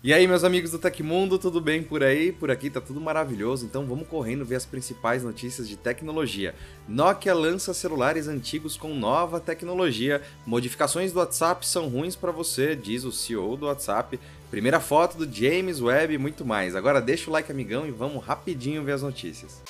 E aí, meus amigos do Tecmundo, tudo bem por aí? Por aqui tá tudo maravilhoso, então vamos correndo ver as principais notícias de tecnologia. Nokia lança celulares antigos com nova tecnologia, modificações do WhatsApp são ruins para você, diz o CEO do WhatsApp, primeira foto do James Webb e muito mais. Agora deixa o like, amigão, e vamos rapidinho ver as notícias.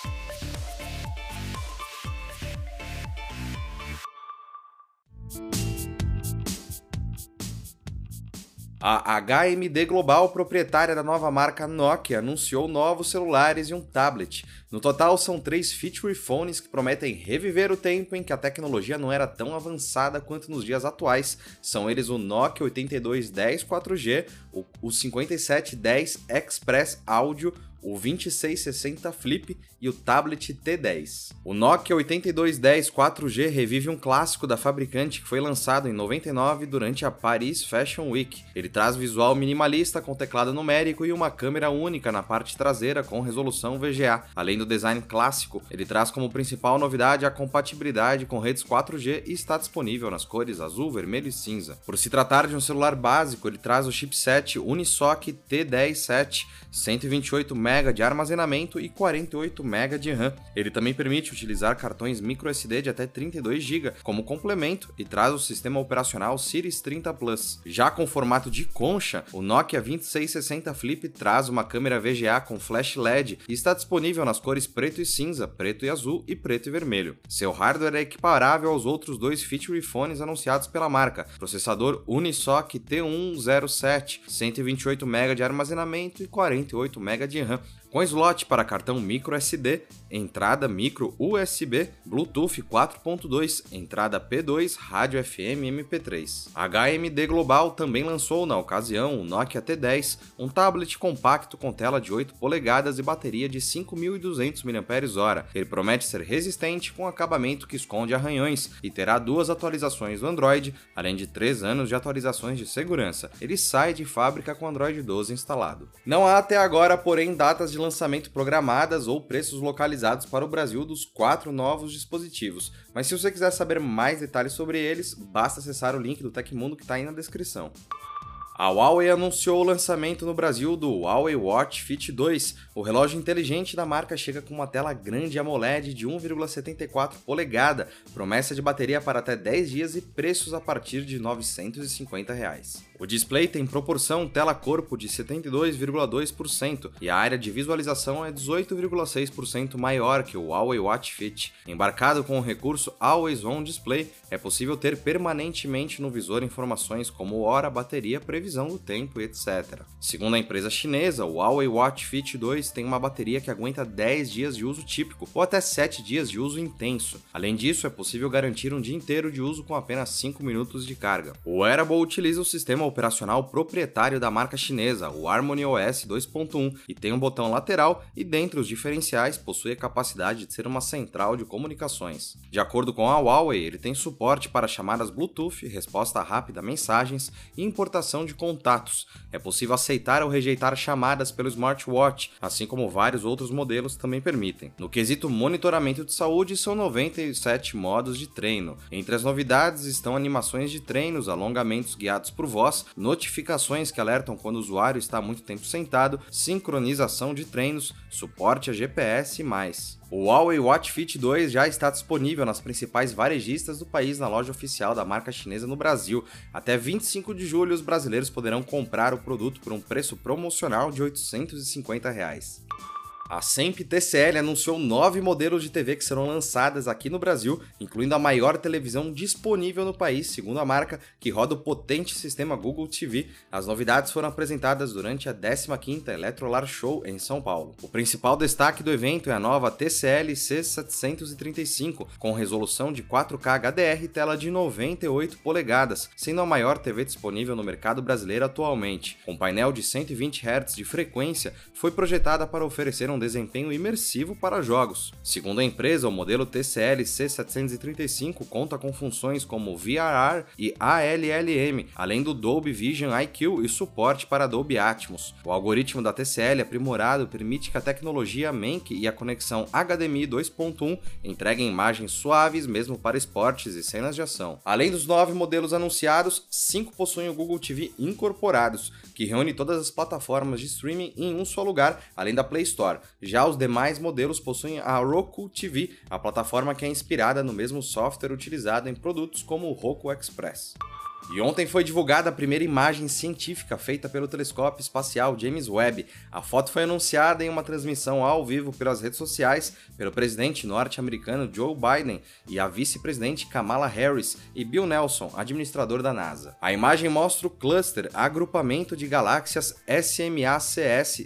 A HMD Global, proprietária da nova marca Nokia, anunciou novos celulares e um tablet. No total, são 3 feature phones que prometem reviver o tempo em que a tecnologia não era tão avançada quanto nos dias atuais. São eles o Nokia 8210 4G, o 5710 Express Audio, o 2660 Flip e o tablet T10. O Nokia 8210 4G revive um clássico da fabricante que foi lançado em 99 durante a Paris Fashion Week. Ele traz visual minimalista com teclado numérico e uma câmera única na parte traseira com resolução VGA. Além do design clássico, ele traz como principal novidade a compatibilidade com redes 4G e está disponível nas cores azul, vermelho e cinza. Por se tratar de um celular básico, ele traz o chipset Unisoc T10-7, 128 MB de armazenamento e 48 MB de RAM. Ele também permite utilizar cartões microSD de até 32 GB como complemento e traz o sistema operacional Series 30 Plus. Já com formato de concha, o Nokia 2660 Flip traz uma câmera VGA com flash LED e está disponível nas cores preto e cinza, preto e azul e preto e vermelho. Seu hardware é equiparável aos outros dois feature phones anunciados pela marca, processador Unisoc T107, 128 MB de armazenamento e 48 MB de RAM, com slot para cartão microSD, entrada micro USB, Bluetooth 4.2, entrada P2, rádio FM MP3. A HMD Global também lançou na ocasião o Nokia T10, um tablet compacto com tela de 8 polegadas e bateria de 5.200 mAh. Ele promete ser resistente com acabamento que esconde arranhões e terá 2 atualizações do Android, além de 3 anos de atualizações de segurança. Ele sai de fábrica com Android 12 instalado. Não há até agora, porém, datas de lançamento programadas ou preços localizados para o Brasil dos 4 novos dispositivos, mas se você quiser saber mais detalhes sobre eles, basta acessar o link do Tecmundo que está aí na descrição. A Huawei anunciou o lançamento no Brasil do Huawei Watch Fit 2. O relógio inteligente da marca chega com uma tela grande AMOLED de 1,74 polegada, promessa de bateria para até 10 dias e preços a partir de R$ 950. O display tem proporção tela-corpo de 72,2% e a área de visualização é 18,6% maior que o Huawei Watch Fit. Embarcado com o recurso Always On Display, é possível ter permanentemente no visor informações como hora, bateria, previsão do tempo, etc. Segundo a empresa chinesa, o Huawei Watch Fit 2 tem uma bateria que aguenta 10 dias de uso típico ou até 7 dias de uso intenso. Além disso, é possível garantir um dia inteiro de uso com apenas 5 minutos de carga. O wearable utiliza o sistema operacional proprietário da marca chinesa, o Harmony OS 2.1, e tem um botão lateral e dentre os diferenciais possui a capacidade de ser uma central de comunicações. De acordo com a Huawei, ele tem suporte para chamadas Bluetooth, resposta rápida a mensagens e importação de contatos. É possível aceitar ou rejeitar chamadas pelo smartwatch, assim como vários outros modelos também permitem. No quesito monitoramento de saúde, são 97 modos de treino. Entre as novidades estão animações de treinos, alongamentos guiados por voz, notificações que alertam quando o usuário está há muito tempo sentado, sincronização de treinos, suporte a GPS e mais. O Huawei Watch Fit 2 já está disponível nas principais varejistas do país na loja oficial da marca chinesa no Brasil. Até 25 de julho, os brasileiros poderão comprar o produto por um preço promocional de R$ 850. A SEMP TCL anunciou 9 modelos de TV que serão lançadas aqui no Brasil, incluindo a maior televisão disponível no país, segundo a marca, que roda o potente sistema Google TV. As novidades foram apresentadas durante a 15ª Electrolar Show em São Paulo. O principal destaque do evento é a nova TCL C735, com resolução de 4K HDR e tela de 98 polegadas, sendo a maior TV disponível no mercado brasileiro atualmente. Com painel de 120 Hz de frequência, foi projetada para oferecer um desempenho imersivo para jogos. Segundo a empresa, o modelo TCL C735 conta com funções como VRR e ALLM, além do Dolby Vision IQ e suporte para Dolby Atmos. O algoritmo da TCL aprimorado permite que a tecnologia MEMC e a conexão HDMI 2.1 entreguem imagens suaves mesmo para esportes e cenas de ação. Além dos 9 modelos anunciados, 5 possuem o Google TV incorporados, que reúne todas as plataformas de streaming em um só lugar, além da Play Store. Já os demais modelos possuem a Roku TV, a plataforma que é inspirada no mesmo software utilizado em produtos como o Roku Express. E ontem foi divulgada a primeira imagem científica feita pelo telescópio espacial James Webb. A foto foi anunciada em uma transmissão ao vivo pelas redes sociais pelo presidente norte-americano Joe Biden e a vice-presidente Kamala Harris e Bill Nelson, administrador da NASA. A imagem mostra o cluster agrupamento de galáxias SMACS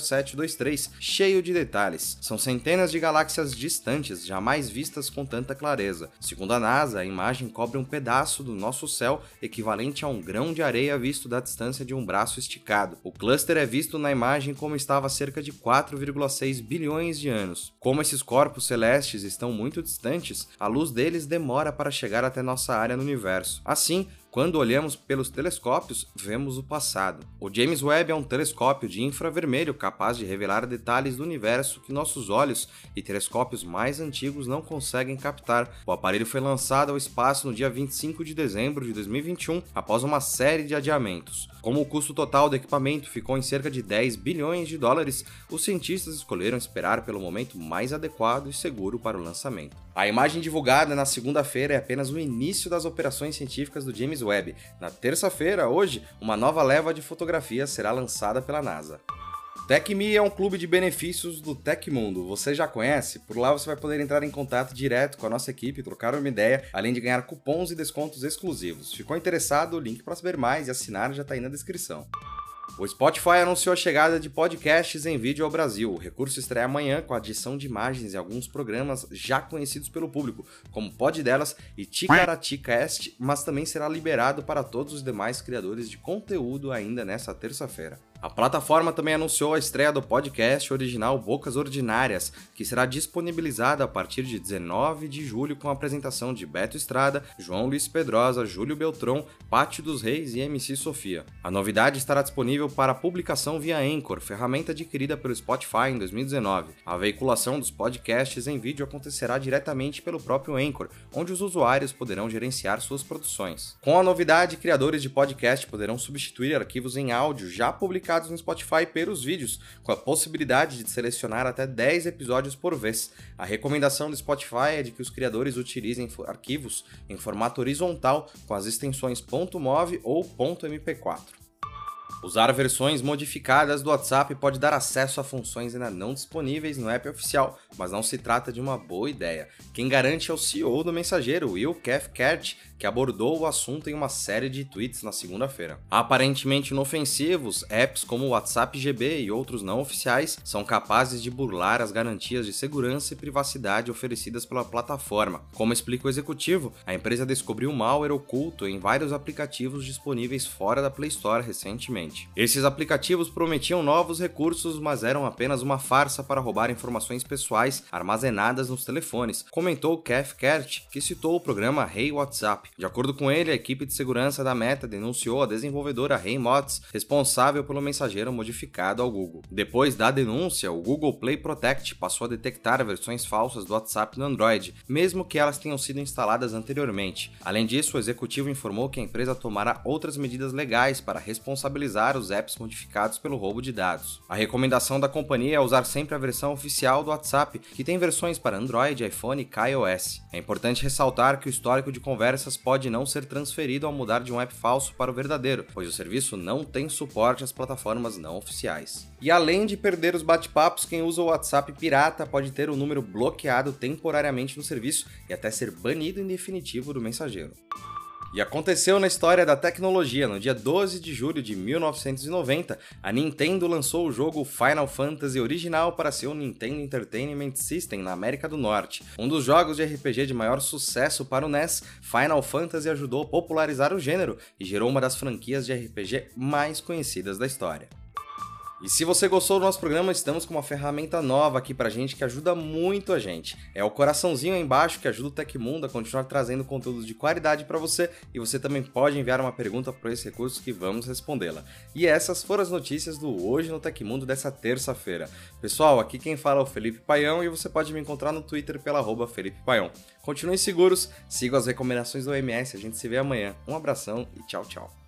0723, cheio de detalhes. São centenas de galáxias distantes, jamais vistas com tanta clareza. Segundo a NASA, a imagem cobre um pedaço do nosso céu equivalente a um grão de areia visto da distância de um braço esticado. O cluster é visto na imagem como estava há cerca de 4,6 bilhões de anos. Como esses corpos celestes estão muito distantes, a luz deles demora para chegar até nossa área no universo. Assim, quando olhamos pelos telescópios, vemos o passado. O James Webb é um telescópio de infravermelho capaz de revelar detalhes do universo que nossos olhos e telescópios mais antigos não conseguem captar. O aparelho foi lançado ao espaço no dia 25 de dezembro de 2021, após uma série de adiamentos. Como o custo total do equipamento ficou em cerca de 10 bilhões de dólares, os cientistas escolheram esperar pelo momento mais adequado e seguro para o lançamento. A imagem divulgada na segunda-feira é apenas o início das operações científicas do James Webb. Na terça-feira, hoje, uma nova leva de fotografias será lançada pela NASA. TechMe é um clube de benefícios do Tecmundo. Você já conhece? Por lá você vai poder entrar em contato direto com a nossa equipe, trocar uma ideia, além de ganhar cupons e descontos exclusivos. Ficou interessado? O link para saber mais e assinar já está aí na descrição. O Spotify anunciou a chegada de podcasts em vídeo ao Brasil. O recurso estreia amanhã com a adição de imagens em alguns programas já conhecidos pelo público, como Pod Delas e Ticaraticast, mas também será liberado para todos os demais criadores de conteúdo ainda nesta terça-feira. A plataforma também anunciou a estreia do podcast original Bocas Ordinárias, que será disponibilizada a partir de 19 de julho com a apresentação de Beto Estrada, João Luiz Pedrosa, Júlio Beltrão, Pátio dos Reis e MC Sofia. A novidade estará disponível para publicação via Anchor, ferramenta adquirida pelo Spotify em 2019. A veiculação dos podcasts em vídeo acontecerá diretamente pelo próprio Anchor, onde os usuários poderão gerenciar suas produções. Com a novidade, criadores de podcast poderão substituir arquivos em áudio já publicados no Spotify pelos vídeos, com a possibilidade de selecionar até 10 episódios por vez. A recomendação do Spotify é de que os criadores utilizem arquivos em formato horizontal com as extensões .mov ou .mp4. Usar versões modificadas do WhatsApp pode dar acesso a funções ainda não disponíveis no app oficial, mas não se trata de uma boa ideia. Quem garante é o CEO do mensageiro, Will Cathcart, que abordou o assunto em uma série de tweets na segunda-feira. Aparentemente inofensivos, apps como o WhatsApp GB e outros não oficiais são capazes de burlar as garantias de segurança e privacidade oferecidas pela plataforma. Como explica o executivo, a empresa descobriu malware oculto em vários aplicativos disponíveis fora da Play Store recentemente. Esses aplicativos prometiam novos recursos, mas eram apenas uma farsa para roubar informações pessoais armazenadas nos telefones, comentou Cathcart, que citou o programa Hey WhatsApp. De acordo com ele, a equipe de segurança da Meta denunciou a desenvolvedora HeyMods, responsável pelo mensageiro modificado ao Google. Depois da denúncia, o Google Play Protect passou a detectar versões falsas do WhatsApp no Android, mesmo que elas tenham sido instaladas anteriormente. Além disso, o executivo informou que a empresa tomará outras medidas legais para responsabilizar os apps modificados pelo roubo de dados. A recomendação da companhia é usar sempre a versão oficial do WhatsApp, que tem versões para Android, iPhone e iOS. É importante ressaltar que o histórico de conversas pode não ser transferido ao mudar de um app falso para o verdadeiro, pois o serviço não tem suporte às plataformas não oficiais. E além de perder os bate-papos, quem usa o WhatsApp pirata pode ter o número bloqueado temporariamente no serviço e até ser banido em definitivo do mensageiro. E aconteceu na história da tecnologia. No dia 12 de julho de 1990, a Nintendo lançou o jogo Final Fantasy original para seu Nintendo Entertainment System na América do Norte. Um dos jogos de RPG de maior sucesso para o NES, Final Fantasy ajudou a popularizar o gênero e gerou uma das franquias de RPG mais conhecidas da história. E se você gostou do nosso programa, estamos com uma ferramenta nova aqui pra gente que ajuda muito a gente. É o coraçãozinho aí embaixo que ajuda o Tecmundo a continuar trazendo conteúdos de qualidade pra você, e você também pode enviar uma pergunta por esse recurso que vamos respondê-la. E essas foram as notícias do Hoje no Tecmundo dessa terça-feira. Pessoal, aqui quem fala é o Felipe Paião e você pode me encontrar no Twitter pela @FelipePaião. Continuem seguros, sigam as recomendações do OMS, a gente se vê amanhã. Um abração e tchau, tchau.